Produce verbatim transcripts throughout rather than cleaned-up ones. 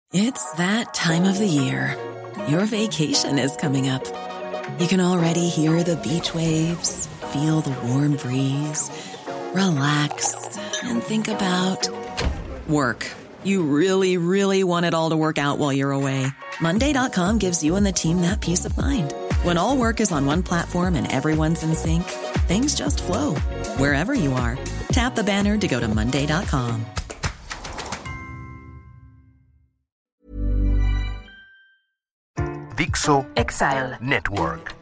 It's that time of the year. Your vacation is coming up. You can already hear the beach waves, feel the warm breeze, relax, and think about work. You really, really want it all to work out while you're away. Monday dot com gives you and the team that peace of mind. When all work is on one platform and everyone's in sync, things just flow. Wherever you are, tap the banner to go to Monday dot com. Dixo Exile Network.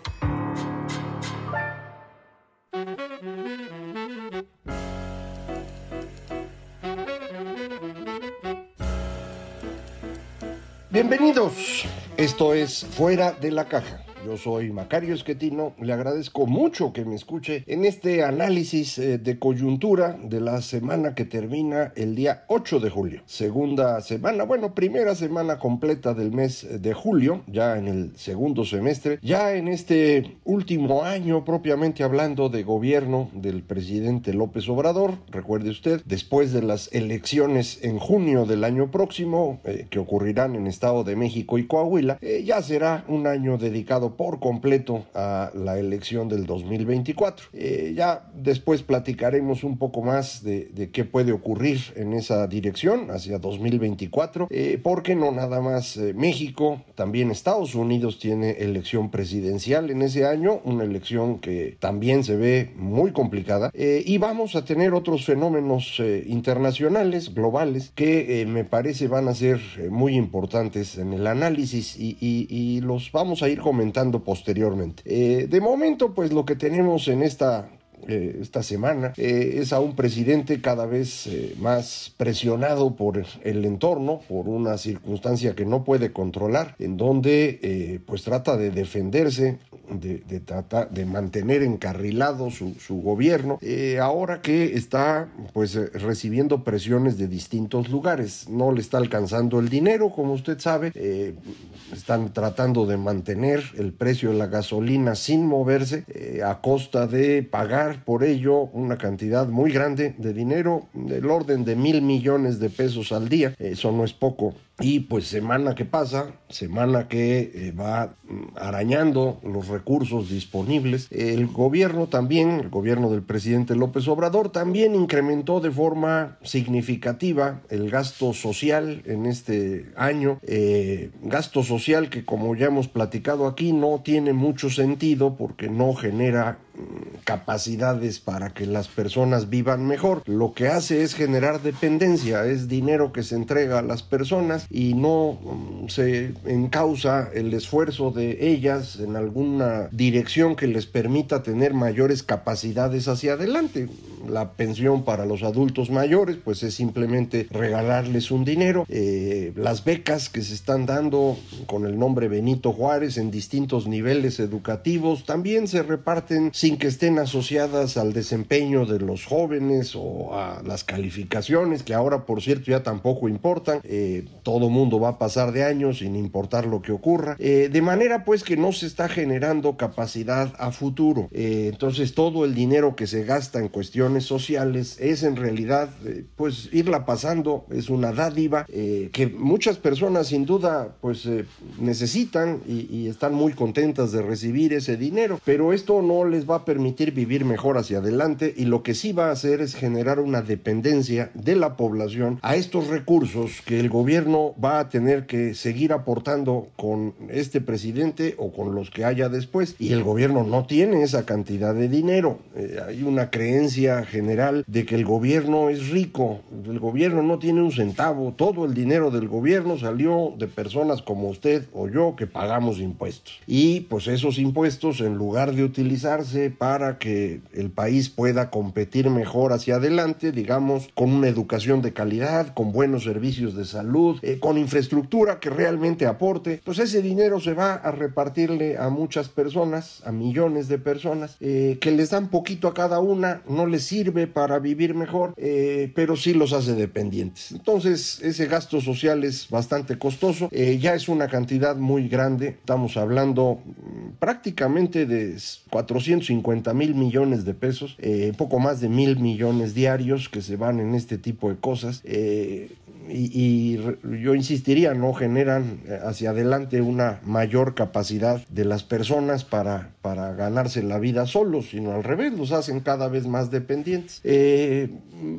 Bienvenidos, esto es Fuera de la Caja. Yo soy Macario Esquetino, le agradezco mucho que me escuche en este análisis eh, de coyuntura de la semana que termina el día ocho de julio. Segunda semana, bueno, primera semana completa del mes de julio, ya en el segundo semestre, ya en este último año propiamente hablando de gobierno del presidente López Obrador. Recuerde usted, después de las elecciones en junio del año próximo, eh, que ocurrirán en Estado de México y Coahuila, eh, ya será un año dedicado por completo a la elección del dos mil veinticuatro. Eh, ya después platicaremos un poco más de, de qué puede ocurrir en esa dirección hacia dos mil veinticuatro, eh, porque no nada más eh, México, también Estados Unidos tiene elección presidencial en ese año, una elección que también se ve muy complicada, eh, y vamos a tener otros fenómenos eh, internacionales, globales, que eh, me parece van a ser eh, muy importantes en el análisis y, y, y los vamos a ir comentando posteriormente. Eh, de momento, pues lo que tenemos en esta Eh, esta semana eh, es a un presidente cada vez eh, más presionado por el entorno, por una circunstancia que no puede controlar, en donde eh, pues trata de defenderse, de, de tratar de mantener encarrilado su, su gobierno, eh, ahora que está pues eh, recibiendo presiones de distintos lugares. No le está alcanzando el dinero, como usted sabe, eh, están tratando de mantener el precio de la gasolina sin moverse, eh, a costa de pagar por ello una cantidad muy grande de dinero, del orden de mil millones de pesos al día. Eso no es poco. Y pues semana que pasa, semana que eh, va arañando los recursos disponibles, el gobierno también, el gobierno del presidente López Obrador también incrementó de forma significativa el gasto social en este año, eh, gasto social que, como ya hemos platicado aquí, no tiene mucho sentido porque no genera capacidades para que las personas vivan mejor. Lo que hace es generar dependencia, es dinero que se entrega a las personas y no um, se encausa el esfuerzo de ellas en alguna dirección que les permita tener mayores capacidades hacia adelante. La pensión para los adultos mayores pues es simplemente regalarles un dinero. Eh, las becas que se están dando con el nombre Benito Juárez en distintos niveles educativos también se reparten sin que estén asociadas al desempeño de los jóvenes o a las calificaciones, que ahora por cierto ya tampoco importan. Eh, todo mundo va a pasar de años sin importar lo que ocurra, eh, de manera pues que no se está generando capacidad a futuro. Eh, entonces todo el dinero que se gasta en cuestiones sociales es en realidad eh, pues irla pasando, es una dádiva eh, que muchas personas sin duda pues eh, necesitan y, y están muy contentas de recibir ese dinero, pero esto no les va a permitir vivir mejor hacia adelante, y lo que sí va a hacer es generar una dependencia de la población a estos recursos que el gobierno va a tener que seguir aportando con este presidente o con los que haya después, y el gobierno no tiene esa cantidad de dinero. Eh, hay una creencia general de que el gobierno es rico, el gobierno no tiene un centavo, todo el dinero del gobierno salió de personas como usted o yo que pagamos impuestos, y pues esos impuestos, en lugar de utilizarse para que el país pueda competir mejor hacia adelante, digamos, con una educación de calidad, con buenos servicios de salud, eh, con infraestructura que realmente aporte, pues ese dinero se va a repartirle a muchas personas, a millones de personas, eh, que les dan poquito a cada una, no les sirve para vivir mejor, eh, pero sí los hace dependientes. Entonces ese gasto social es bastante costoso, eh, ya es una cantidad muy grande, estamos hablando mmm, prácticamente de cuatrocientos cincuenta mil millones de pesos, eh, poco más de mil millones diarios que se van en este tipo de cosas. Eh, y, y yo insistiría, no generan hacia adelante una mayor capacidad de las personas para, para ganarse la vida solos, sino al revés, los hacen cada vez más dependientes. Eh,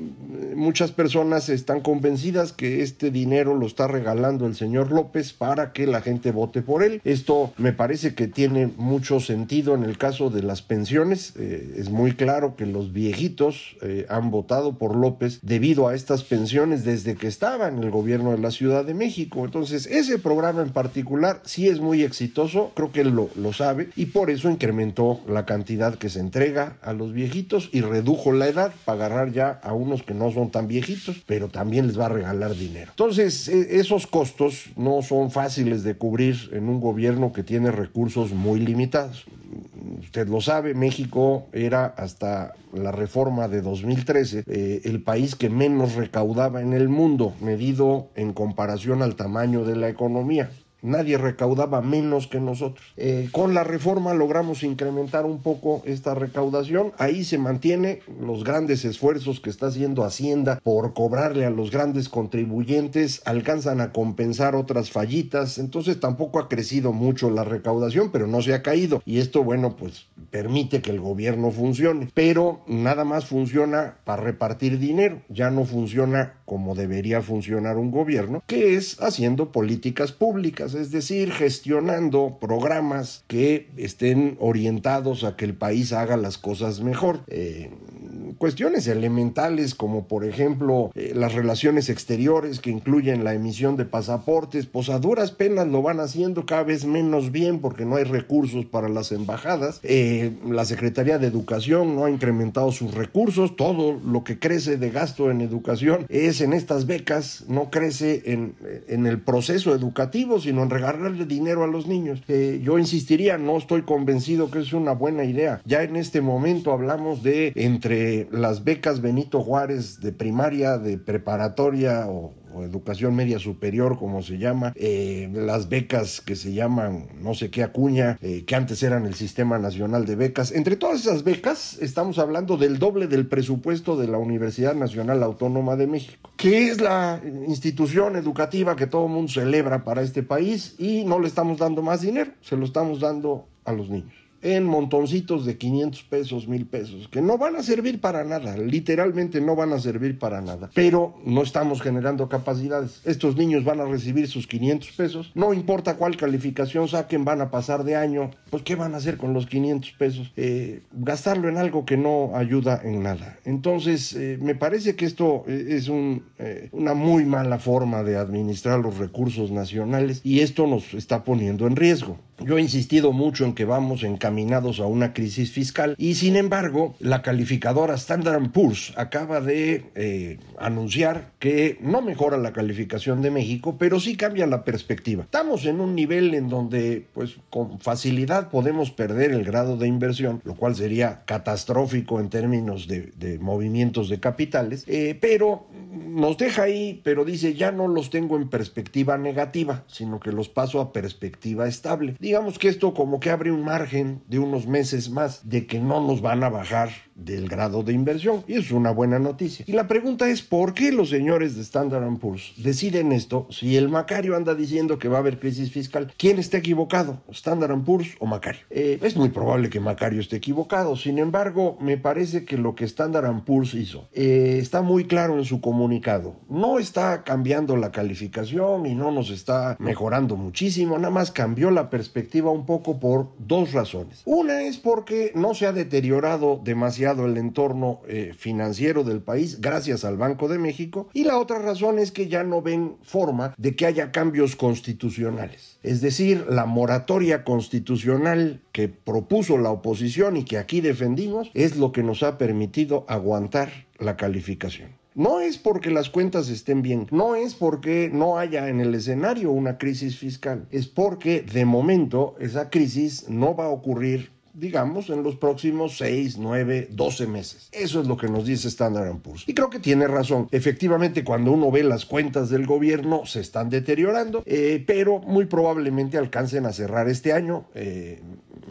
muchas personas están convencidas que este dinero lo está regalando el señor López para que la gente vote por él. Esto me parece que tiene mucho sentido en el caso de las pensiones. Eh, es muy claro que los viejitos eh, han votado por López debido a estas pensiones desde que estaba en el gobierno de la Ciudad de México. Entonces, ese programa en particular sí es muy exitoso, creo que él lo, lo sabe, y por eso incrementó la cantidad que se entrega a los viejitos y redujo la edad para agarrar ya a unos que no son tan viejitos, pero también les va a regalar dinero. Entonces, eh, esos costos no son fáciles de cubrir en un gobierno que tiene recursos muy limitados. Usted lo sabe, México era hasta la reforma de dos mil trece eh, el país que menos recaudaba en el mundo, medido en comparación al tamaño de la economía. Nadie recaudaba menos que nosotros. Eh, con la reforma logramos incrementar un poco esta recaudación. Ahí se mantiene los grandes esfuerzos que está haciendo Hacienda por cobrarle a los grandes contribuyentes. Alcanzan a compensar otras fallitas. Entonces tampoco ha crecido mucho la recaudación, pero no se ha caído. Y esto, bueno, pues permite que el gobierno funcione. Pero nada más funciona para repartir dinero. Ya no funciona como debería funcionar un gobierno, que es haciendo políticas públicas. Es decir, gestionando programas que estén orientados a que el país haga las cosas mejor. Eh, cuestiones elementales como, por ejemplo, eh, las relaciones exteriores que incluyen la emisión de pasaportes, pues a duras penas lo van haciendo cada vez menos bien porque no hay recursos para las embajadas. Eh, la Secretaría de Educación no ha incrementado sus recursos. Todo lo que crece de gasto en educación es en estas becas, no crece en, en el proceso educativo, sino en regalarle dinero a los niños. Eh, yo insistiría, no estoy convencido que es una buena idea. Ya en este momento hablamos de entre las becas Benito Juárez de primaria, de preparatoria o, o educación media superior, como se llama, eh, las becas que se llaman no sé qué Acuña, eh, que antes eran el Sistema Nacional de Becas. Entre todas esas becas estamos hablando del doble del presupuesto de la Universidad Nacional Autónoma de México, que es la institución educativa que todo el mundo celebra para este país, y no le estamos dando más dinero, se lo estamos dando a los niños en montoncitos de quinientos pesos, mil pesos, que no van a servir para nada, literalmente no van a servir para nada, pero no estamos generando capacidades. Estos niños van a recibir sus quinientos pesos, no importa cuál calificación saquen, van a pasar de año, pues ¿qué van a hacer con los quinientos pesos? Eh, gastarlo en algo que no ayuda en nada. Entonces, eh, me parece que esto es un, eh, una muy mala forma de administrar los recursos nacionales, y esto nos está poniendo en riesgo. Yo he insistido mucho en que vamos encaminados a una crisis fiscal, y sin embargo la calificadora Standard and Poor's acaba de eh, anunciar que no mejora la calificación de México, pero sí cambia la perspectiva. Estamos en un nivel en donde pues con facilidad podemos perder el grado de inversión, lo cual sería catastrófico en términos de, de movimientos de capitales, eh, pero nos deja ahí, pero dice ya no los tengo en perspectiva negativa, sino que los paso a perspectiva estable. Digamos que esto como que abre un margen de unos meses más de que no nos van a bajar del grado de inversión, y es una buena noticia. Y la pregunta es, ¿por qué los señores de Standard and Poor's deciden esto si el Macario anda diciendo que va a haber crisis fiscal? ¿Quién está equivocado? ¿Standard and Poor's o Macario? Eh, es muy probable que Macario esté equivocado. Sin embargo, me parece que lo que Standard and Poor's hizo eh, está muy claro en su comunicado. No está cambiando la calificación y no nos está mejorando muchísimo, nada más cambió la perspectiva un poco por dos razones. Una es porque no se ha deteriorado demasiado el entorno eh, financiero del país gracias al Banco de México, y la otra razón es que ya no ven forma de que haya cambios constitucionales. Es decir, la moratoria constitucional que propuso la oposición y que aquí defendimos es lo que nos ha permitido aguantar la calificación. No es porque las cuentas estén bien, no es porque no haya en el escenario una crisis fiscal, es porque de momento esa crisis no va a ocurrir, digamos, en los próximos seis, nueve, doce meses. Eso es lo que nos dice Standard and Poor's. Y creo que tiene razón. Efectivamente, cuando uno ve las cuentas del gobierno, se están deteriorando, eh, pero muy probablemente alcancen a cerrar este año eh,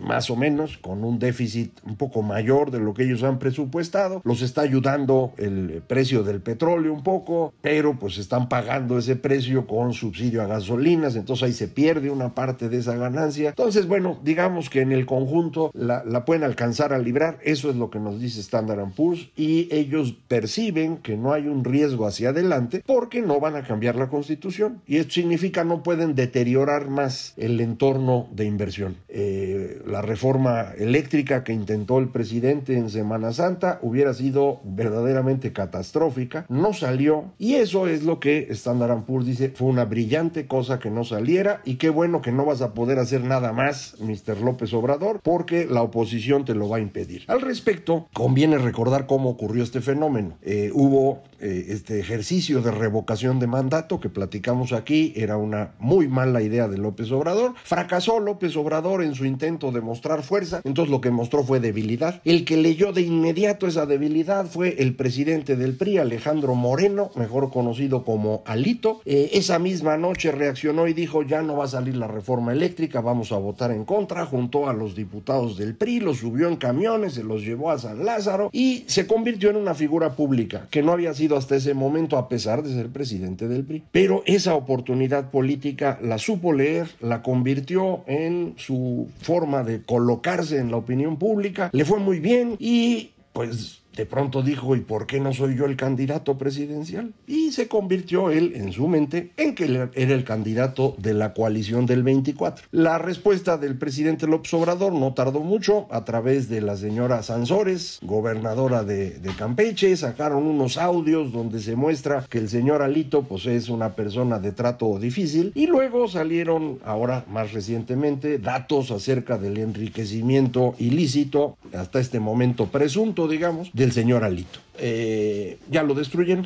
más o menos, con un déficit un poco mayor de lo que ellos han presupuestado. Los está ayudando el precio del petróleo un poco, pero pues están pagando ese precio con subsidio a gasolinas, entonces ahí se pierde una parte de esa ganancia. Entonces, bueno, digamos que en el conjunto la, la pueden alcanzar a librar. Eso es lo que nos dice Standard and Poor's, y ellos perciben que no hay un riesgo hacia adelante porque no van a cambiar la Constitución, y esto significa no pueden deteriorar más el entorno de inversión. Eh, la reforma eléctrica que intentó el presidente en Semana Santa hubiera sido verdaderamente catastrófica, no salió, y eso es lo que Standard and Poor's dice, fue una brillante cosa que no saliera, y qué bueno que no vas a poder hacer nada más, mister López Obrador, porque la oposición te lo va a impedir. Al respecto, conviene recordar cómo ocurrió este fenómeno. Eh, hubo eh, este ejercicio de revocación de mandato que platicamos aquí, era una muy mala idea de López Obrador. Fracasó López Obrador en su intento de mostrar fuerza, entonces lo que mostró fue debilidad. El que leyó de inmediato esa debilidad fue el presidente del P R I, Alejandro Moreno, mejor conocido como Alito. Eh, esa misma noche reaccionó y dijo, ya no va a salir la reforma eléctrica, vamos a votar en contra. Juntó a los diputados del P R I, los subió en camiones, se los llevó a San Lázaro y se convirtió en una figura pública que no había sido hasta ese momento, a pesar de ser presidente del P R I. Pero esa oportunidad política la supo leer, la convirtió en su forma de colocarse en la opinión pública, le fue muy bien y pues de pronto dijo, ¿y por qué no soy yo el candidato presidencial? Y se convirtió él en su mente en que era el candidato de la coalición del veinticuatro. La respuesta del presidente López Obrador no tardó mucho. A través de la señora Sansores, gobernadora de, de Campeche, sacaron unos audios donde se muestra que el señor Alito pues es una persona de trato difícil, y luego salieron, ahora más recientemente, datos acerca del enriquecimiento ilícito, hasta este momento presunto, digamos, del señor Alito. Eh, ya lo destruyen,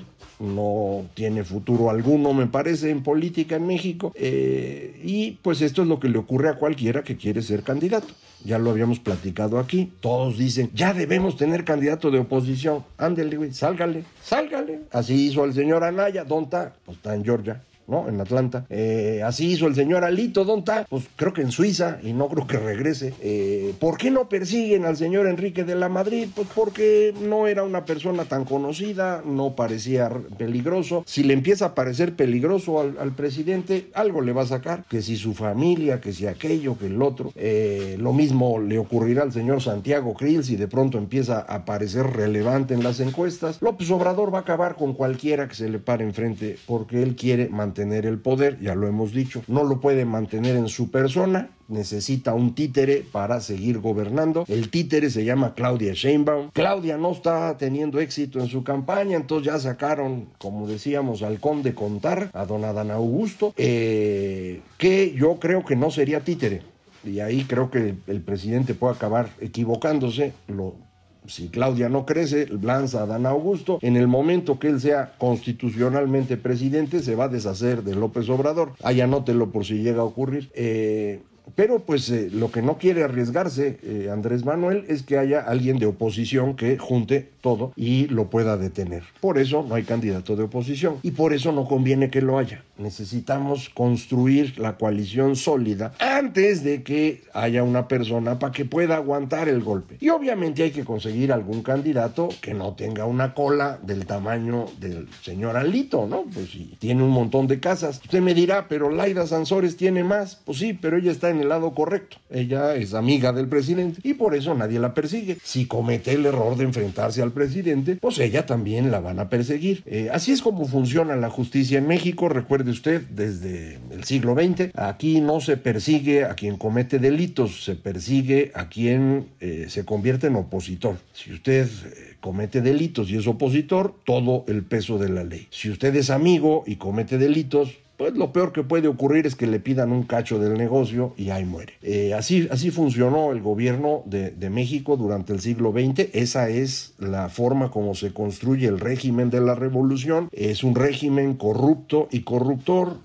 no tiene futuro alguno, me parece, en política en México, eh, y pues esto es lo que le ocurre a cualquiera que quiere ser candidato. Ya lo habíamos platicado aquí, todos dicen, ya debemos tener candidato de oposición. Ándele, güey, sálgale, sálgale. Así hizo el señor Anaya, ¿dónde está? Pues está en Georgia, ¿no? En Atlanta. Eh, así hizo el señor Alito, ¿dónde está? Pues creo que en Suiza, y no creo que regrese. Eh, ¿Por qué no persiguen al señor Enrique de la Madrid? Pues porque no era una persona tan conocida, no parecía peligroso. Si le empieza a parecer peligroso al, al presidente, algo le va a sacar, que si su familia, que si aquello, que el otro. Eh, lo mismo le ocurrirá al señor Santiago Krill si de pronto empieza a parecer relevante en las encuestas. López Obrador va a acabar con cualquiera que se le pare enfrente, porque él quiere mantener mantener el poder, ya lo hemos dicho, no lo puede mantener en su persona, necesita un títere para seguir gobernando. El títere se llama Claudia Sheinbaum. Claudia no está teniendo éxito en su campaña, entonces ya sacaron, como decíamos, al conde Contar, a don Adán Augusto, eh, que yo creo que no sería títere, y ahí creo que el presidente puede acabar equivocándose. Lo Si Claudia no crece, lanza a Adán Augusto. En el momento que él sea constitucionalmente presidente, se va a deshacer de López Obrador. Ahí anótelo por si llega a ocurrir. Eh, pero pues eh, lo que no quiere arriesgarse eh, Andrés Manuel es que haya alguien de oposición que junte todo y lo pueda detener. Por eso no hay candidato de oposición y por eso no conviene que lo haya. Necesitamos construir la coalición sólida antes de que haya una persona para que pueda aguantar el golpe. Y obviamente hay que conseguir algún candidato que no tenga una cola del tamaño del señor Alito, ¿no? Pues si tiene un montón de casas. Usted me dirá, pero Laida Sansores tiene más. Pues sí, pero ella está en el lado correcto. Ella es amiga del presidente y por eso nadie la persigue. Si comete el error de enfrentarse al presidente, pues ella también la van a perseguir. Eh, así es como funciona la justicia en México. Recuerde usted, desde el siglo veinte, aquí no se persigue a quien comete delitos, se persigue a quien eh, se convierte en opositor. Si usted eh, comete delitos y es opositor, todo el peso de la ley. Si usted es amigo y comete delitos, pues lo peor que puede ocurrir es que le pidan un cacho del negocio y ahí muere. Eh, así, así funcionó el gobierno de, de México durante el siglo veinte. Esa es la forma como se construye el régimen de la revolución. Es un régimen corrupto y corruptor.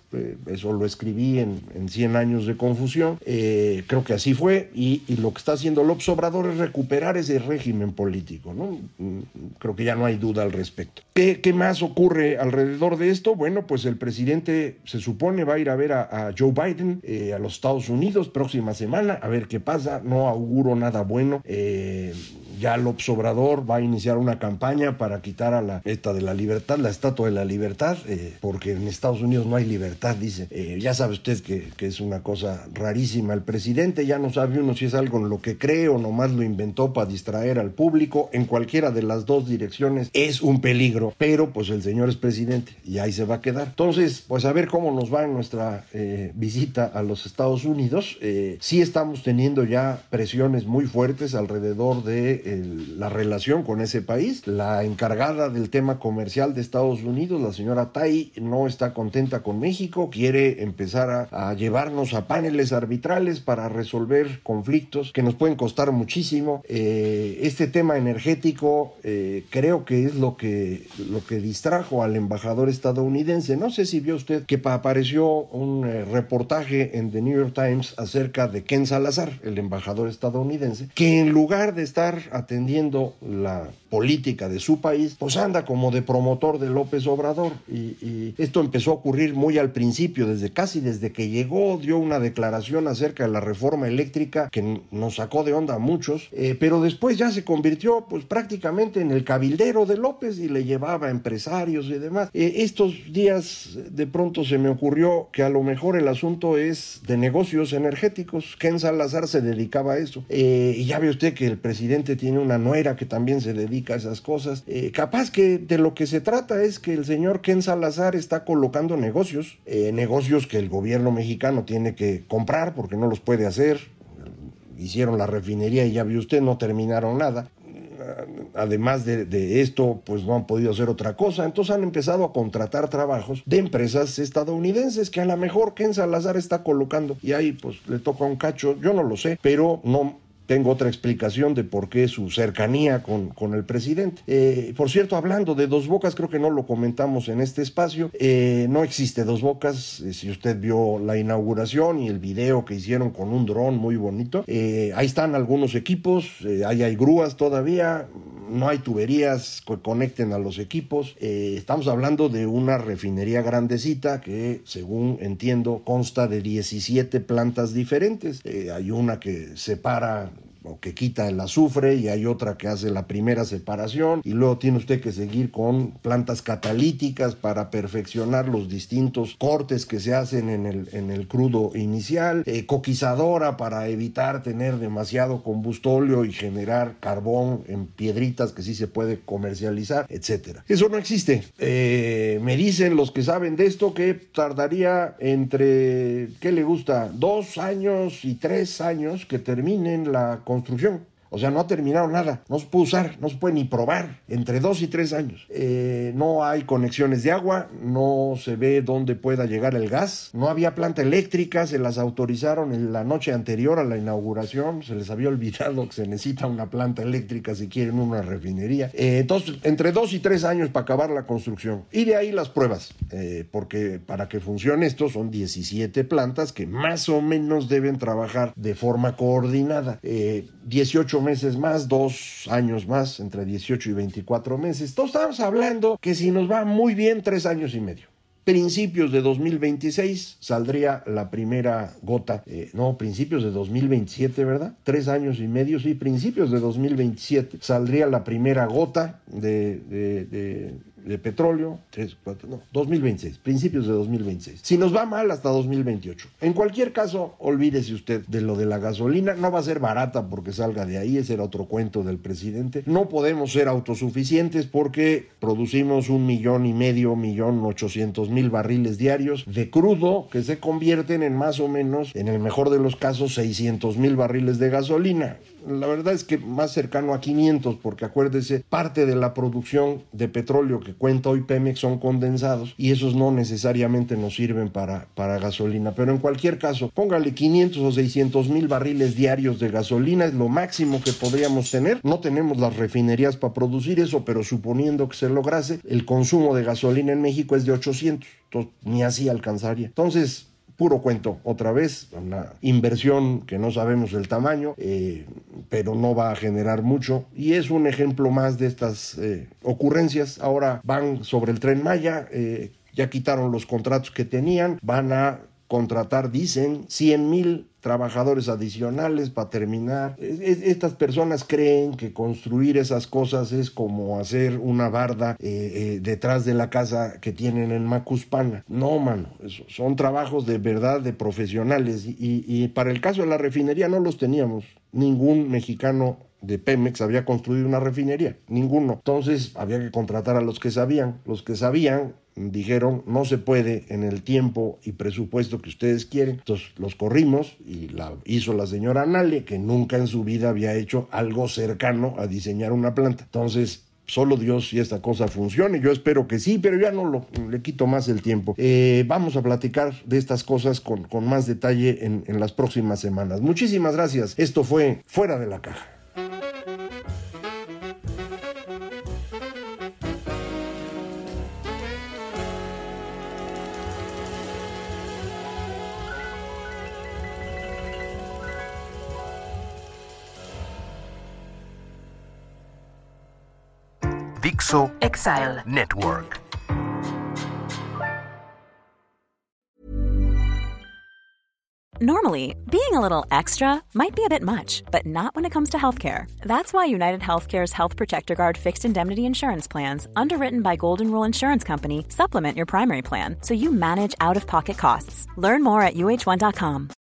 eh, eso lo escribí en, en cien años de confusión, eh, creo que así fue, y, y lo que está haciendo López Obrador es recuperar ese régimen político, ¿no? Creo que ya no hay duda al respecto. ¿Qué, qué más ocurre alrededor de esto? Bueno, pues el presidente se supone va a ir a ver a, a Joe Biden eh, a los Estados Unidos próxima semana, a ver qué pasa, no auguro nada bueno. Eh, ya López Obrador va a iniciar una campaña para quitar a la esta de la libertad, la estatua de la libertad, eh, porque en Estados Unidos no hay libertad, dice. Eh, ya sabe usted que, que es una cosa rarísima. El presidente ya no sabe uno si es algo en lo que cree o nomás lo inventó para distraer al público. En cualquiera de las dos direcciones es un peligro, pero pues el señor es presidente y ahí se va a quedar. Entonces, pues a ver cómo nos va en nuestra eh, visita a los Estados Unidos. Eh, sí estamos teniendo ya presiones muy fuertes alrededor de el, la relación con ese país. La encargada del tema comercial de Estados Unidos, la señora Tai, no está contenta con México, quiere empezar a, a llevarnos a paneles arbitrales para resolver conflictos que nos pueden costar muchísimo. Eh, este tema energético eh, creo que es lo que, lo que distrajo al embajador estadounidense. No sé si vio usted que apareció un eh, reportaje en The New York Times acerca de Ken Salazar, el embajador estadounidense, que en lugar de estar atendiendo la política de su país, pues anda como de promotor de López Obrador, y, y esto empezó a ocurrir muy al principio, desde casi desde que llegó, dio una declaración acerca de la reforma eléctrica que nos sacó de onda a muchos, eh, pero después ya se convirtió pues prácticamente en el cabildero de López y le llevaba a empresarios y demás. Eh, estos días de pronto se me ocurrió que a lo mejor el asunto es de negocios energéticos. Ken Salazar se dedicaba a eso, eh, y ya ve usted que el presidente tiene una nuera que también se dedica a esas cosas. Eh, capaz que de lo que se trata es que el señor Ken Salazar está colocando negocios, eh, negocios que el gobierno mexicano tiene que comprar porque no los puede hacer. Hicieron la refinería y ya vio usted, no terminaron nada. Además de, de esto, pues no han podido hacer otra cosa. Entonces han empezado a contratar trabajos de empresas estadounidenses que a lo mejor Ken Salazar está colocando, y ahí pues le toca un cacho. Yo no lo sé, pero no tengo otra explicación de por qué su cercanía con, con el presidente. Eh, por cierto, hablando de Dos Bocas, creo que no lo comentamos en este espacio, eh, no existe Dos Bocas. Eh, si usted vio la inauguración y el video que hicieron con un dron muy bonito, eh, ahí están algunos equipos, eh, ahí hay grúas todavía, no hay tuberías que conecten a los equipos. Eh, estamos hablando de una refinería grandecita que, según entiendo, consta de diecisiete plantas diferentes. Eh, hay una que separa o que quita el azufre, y hay otra que hace la primera separación, y luego tiene usted que seguir con plantas catalíticas para perfeccionar los distintos cortes que se hacen en el, en el crudo inicial, eh, coquizadora para evitar tener demasiado combustóleo y generar carbón en piedritas que sí se puede comercializar, etcétera. Eso no existe. Eh, me dicen los que saben de esto que tardaría entre, ¿qué le gusta? Dos años y tres años que terminen la construcción. O sea, no ha terminado nada, no se puede usar, no se puede ni probar, entre dos y tres años. Eh, no hay conexiones de agua, no se ve dónde pueda llegar el gas, no había planta eléctrica, se las autorizaron en la noche anterior a la inauguración, se les había olvidado que se necesita una planta eléctrica si quieren una refinería. Eh, entonces, entre dos y tres años para acabar la construcción. Y de ahí las pruebas, eh, porque para que funcione esto son diecisiete plantas que más o menos deben trabajar de forma coordinada. Eh, dieciocho meses más, dos años más, entre dieciocho y veinticuatro meses. Entonces estamos hablando que si nos va muy bien, tres años y medio. Principios de dos mil veintiséis saldría la primera gota, eh, no, principios de dos mil veintisiete, ¿verdad? Tres años y medio, sí, principios de dos mil veintisiete saldría la primera gota de, de, de, de petróleo, tres, cuatro, no, dos mil veintiséis, principios de dos mil veintiséis. Si nos va mal, hasta dos mil veintiocho. En cualquier caso, olvídese usted de lo de la gasolina, no va a ser barata porque salga de ahí, ese era otro cuento del presidente. No podemos ser autosuficientes porque producimos un millón y medio, millón ochocientos mil barriles diarios de crudo que se convierten en más o menos, en el mejor de los casos, seiscientos mil barriles de gasolina. la verdad es que más cercano a quinientos, porque acuérdese, parte de la producción de petróleo que cuenta hoy Pemex son condensados y esos no necesariamente nos sirven para, para gasolina, pero en cualquier caso, póngale quinientos o seiscientos mil barriles diarios de gasolina, es lo máximo que podríamos tener. No tenemos las refinerías para producir eso, pero suponiendo que se lograse, el consumo de gasolina en México es de ochocientos, entonces ni así alcanzaría. Entonces, puro cuento, otra vez, una inversión que no sabemos el tamaño, eh, pero no va a generar mucho, y es un ejemplo más de estas eh, ocurrencias. Ahora van sobre el Tren Maya, eh, ya quitaron los contratos que tenían, van a contratar, dicen, cien mil trabajadores adicionales para terminar. Estas personas creen que construir esas cosas es como hacer una barda eh, eh, detrás de la casa que tienen en Macuspana. No, mano, eso son trabajos de verdad de profesionales, y, y para el caso de la refinería no los teníamos. Ningún mexicano de Pemex había construido una refinería, ninguno. Entonces había que contratar a los que sabían. Los que sabían dijeron, no se puede en el tiempo y presupuesto que ustedes quieren. Entonces los corrimos, y la hizo la señora Nale, que nunca en su vida había hecho algo cercano a diseñar una planta. Entonces, solo Dios si esta cosa funcione. Yo espero que sí, pero ya no lo, le quito más el tiempo. Eh, vamos a platicar de estas cosas con, con más detalle en, en las próximas semanas. Muchísimas gracias. Esto fue Fuera de la Caja. Dixo Exile Network. Normally, being a little extra might be a bit much, but not when it comes to healthcare. That's why United Healthcare's Health Protector Guard fixed indemnity insurance plans, underwritten by Golden Rule Insurance Company, supplement your primary plan so you manage out-of-pocket costs. Learn more at U H one dot com.